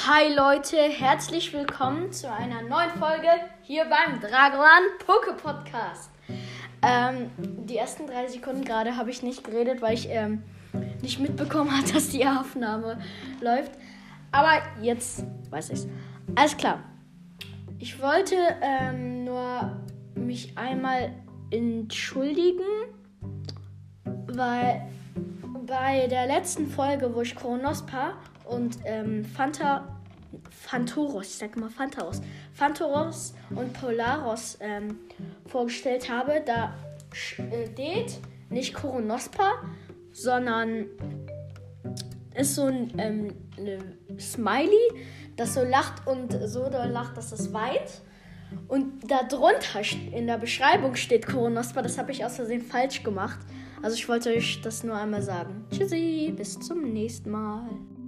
Hi Leute, herzlich willkommen zu einer neuen Folge hier beim Dragolan Poke Podcast. Die ersten 3 Sekunden gerade habe ich nicht geredet, weil ich nicht mitbekommen habe, dass die Aufnahme läuft. Aber jetzt weiß ich's. Alles klar. Ich wollte nur mich einmal entschuldigen, weil bei der letzten Folge, wo ich Koronospa und Phantoros und Polaros vorgestellt habe, da steht nicht Koronospa, sondern ist so ein Smiley, das so lacht und so doll lacht, dass es weint. Und da drunter in der Beschreibung steht Koronospa. Das habe ich aus Versehen falsch gemacht. Also ich wollte euch das nur einmal sagen. Tschüssi, bis zum nächsten Mal.